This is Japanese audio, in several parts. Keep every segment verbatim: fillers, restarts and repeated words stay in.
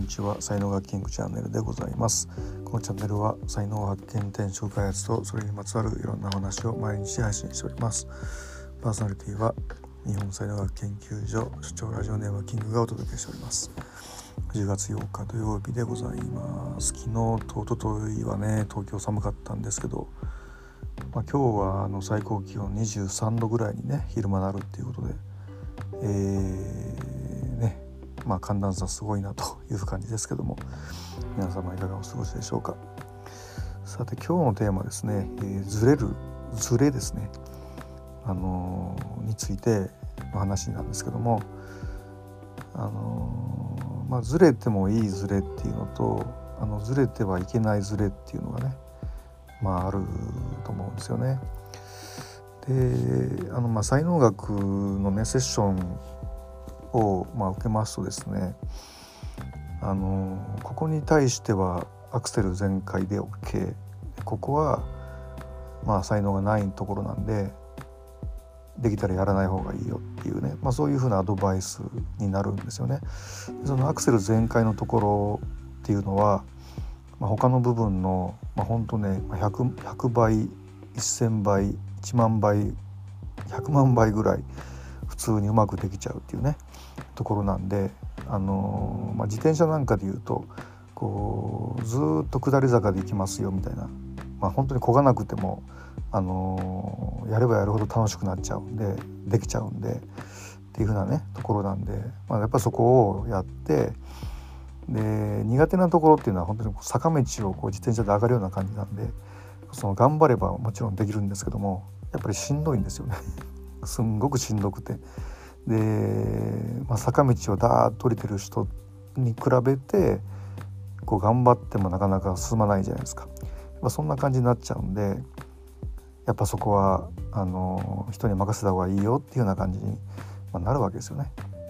にちは。才能学キングチャンネルでございます。このチャンネルは才能発見、転職開発とそれにまつわるいろんな話を毎日配信しております。パーソナリティは日本才能学研究所所長ラジオネームキングがお届けしております。じゅうがつようか土曜日でございます。昨日と一昨日はね、東京寒かったんですけど、まあ、今日はあの最高気温にじゅうさんどぐらいにね昼間なるっていうことで、えー、ねまあ寒暖差すごいなという感じですけども、皆様いかがお過ごしでしょうか。さて今日のテーマですね、えー、ずれるずれですね、あのー、についての話なんですけども、あのー、まあずれてもいいずれっていうのと、あのずれてはいけないずれっていうのがね、まああると思うんですよね。で、あのまあ才能学のねセッションをまあ受けますとですね、あのここに対してはアクセル全開で OK、 ここはまあ才能がないところなんでできたらやらない方がいいよっていうね、まあ、そういうふうなアドバイスになるんですよね。そのアクセル全開のところっていうのは、まあ、他の部分の、まあ、ほんとね 100, ひゃくばいせんばいいちまんばいひゃくまんばいぐらい普通にうまくできちゃうっていうねところなんで、あのーまあ、自転車なんかでいうとこうずっと下り坂で行きますよみたいな、まあ、本当に漕がなくても、あのー、やればやるほど楽しくなっちゃうんでできちゃうんでっていう風なねところなんで、まあ、やっぱりそこをやって、で苦手なところっていうのは本当に坂道をこう自転車で上がるような感じなんで、その頑張ればもちろんできるんですけども、やっぱりしんどいんですよねすんごくしんどくて、で、まあ、坂道をダーッと降りてる人に比べてこう頑張ってもなかなか進まないじゃないですか。まあ、そんな感じになっちゃうんで、やっぱそこはあの人に任せた方がいいよっていうような感じになるわけですよね。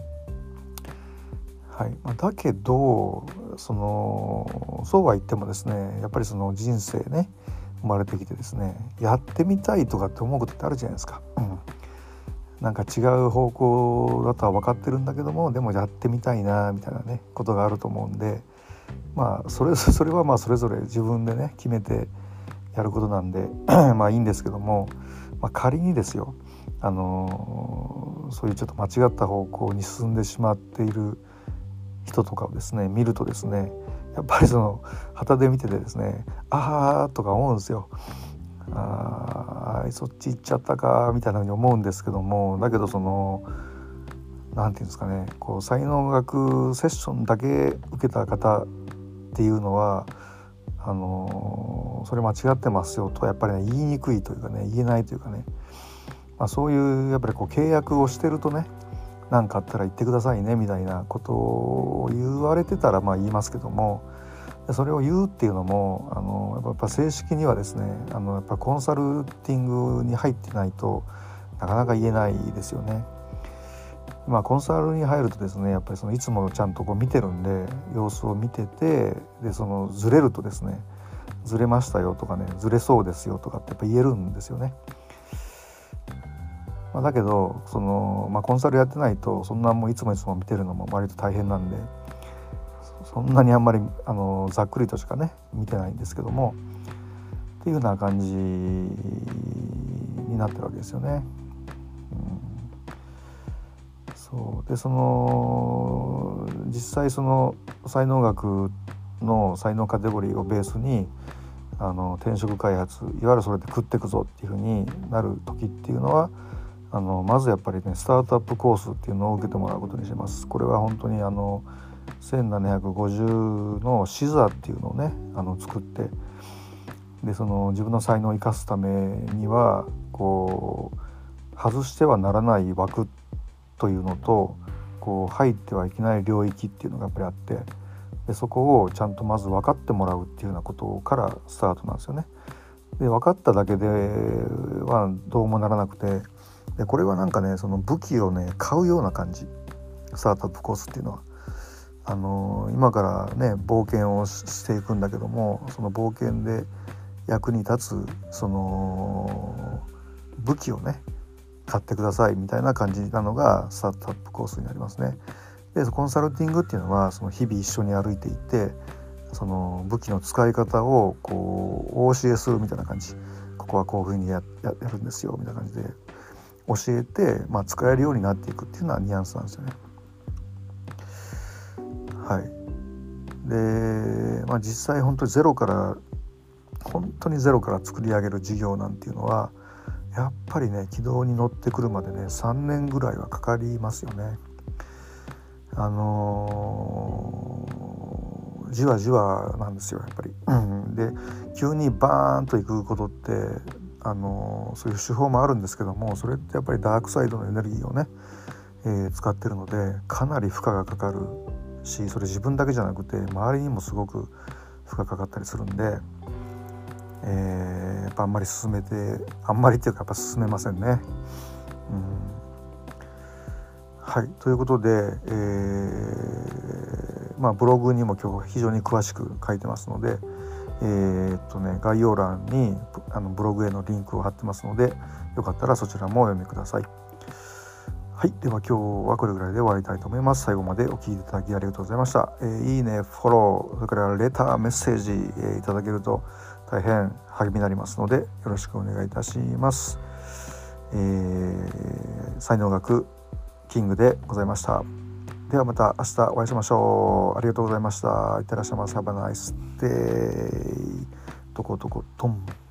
はい、だけどそのそうは言ってもですね、やっぱりその人生ね生まれてきてですね、やってみたいとかって思うことってあるじゃないですか、うん、なんか違う方向だとは分かってるんだけども、でもやってみたいなみたいなねことがあると思うんで、まあそれそれはまあそれぞれ自分でね決めてやることなんでまあいいんですけども、まあ、仮にですよ、あのー、そういうちょっと間違った方向に進んでしまっている人とかをですね見るとですね、やっぱりその旗で見ててですね、あーとか思うんですよ。あーそっち行っちゃったかみたいなふうに思うんですけども、だけどそのなんていうんですかね、こう才能学セッションだけ受けた方っていうのはあのー、それ間違ってますよとやっぱりね言いにくいというかね、言えないというかね、まあ、そういうやっぱりこう契約をしてるとね、何かあったら言ってくださいねみたいなことを言われてたらまあ言いますけども、それを言うっていうのもあのやっぱ正式にはですね、あのやっぱコンサルティングに入ってないとなかなか言えないですよね。まあコンサルに入るとですね、やっぱりそのいつもちゃんとこう見てるんで、様子を見てて、でそのずれるとですね、ずれましたよとかね、ずれそうですよとかってやっぱ言えるんですよね。まあ、だけどその、まあ、コンサルやってないとそんなもういつもいつも見てるのも割と大変なんで、そんなにあんまりあのざっくりとしかね見てないんですけどもっていうような感じになってるわけですよね。うん、そうでその実際その才能学の才能カテゴリーをベースにあの転職開発、いわゆるそれで食ってくぞっていう風になる時っていうのは、あのまずやっぱりねスタートアップコースっていうのを受けてもらうことにします。これは本当にあのせんななひゃくごじゅうの視座っていうのをねあの作って、でその自分の才能を生かすためにはこう外してはならない枠というのと、こう入ってはいけない領域っていうのがやっぱりあって、でそこをちゃんとまず分かってもらうっていうようなことからスタートなんですよね。で分かっただけではどうもならなくて、でこれはなんかねその武器をね買うような感じ、スタートアップコースっていうのはあの今からね冒険をしていくんだけども、その冒険で役に立つその武器をね買ってくださいみたいな感じなのがスタートアップコースになりますね。 でコンサルティングっていうのはその日々一緒に歩いていて、その武器の使い方をこうお教えするみたいな感じ、ここはこういうふうに や, やるんですよみたいな感じで教えて、まあ、使えるようになっていくっていうのはニュアンスなんですよね。はい。で、まあ、実際本当にゼロから本当にゼロから作り上げる事業なんていうのはやっぱりね軌道に乗ってくるまでねさんねんぐらいはかかりますよね。あのー、じわじわなんですよやっぱり。で急にバーンといくことって、あのー、そういう手法もあるんですけども、それってやっぱりダークサイドのエネルギーをね、えー、使ってるのでかなり負荷がかかるし、それ自分だけじゃなくて周りにもすごく負荷かかったりするんで、えー、やっぱあんまり進めてあんまりっていうかやっぱ進めませんね。うん、はい、ということで、えーまあ、ブログにも今日非常に詳しく書いてますので、えーっとね、概要欄にあのブログへのリンクを貼ってますので、よかったらそちらもお読みください。はい、では今日はこれぐらいで終わりたいと思います。最後までお聞きいただきありがとうございました。えー、いいね、フォロー、それからレター、メッセージ、えー、いただけると大変励みになりますのでよろしくお願いいたします。えー、才能学キングでございました。ではまた明日お会いしましょう。ありがとうございました。いってらっしゃいませ。Have a nice day。とことことん。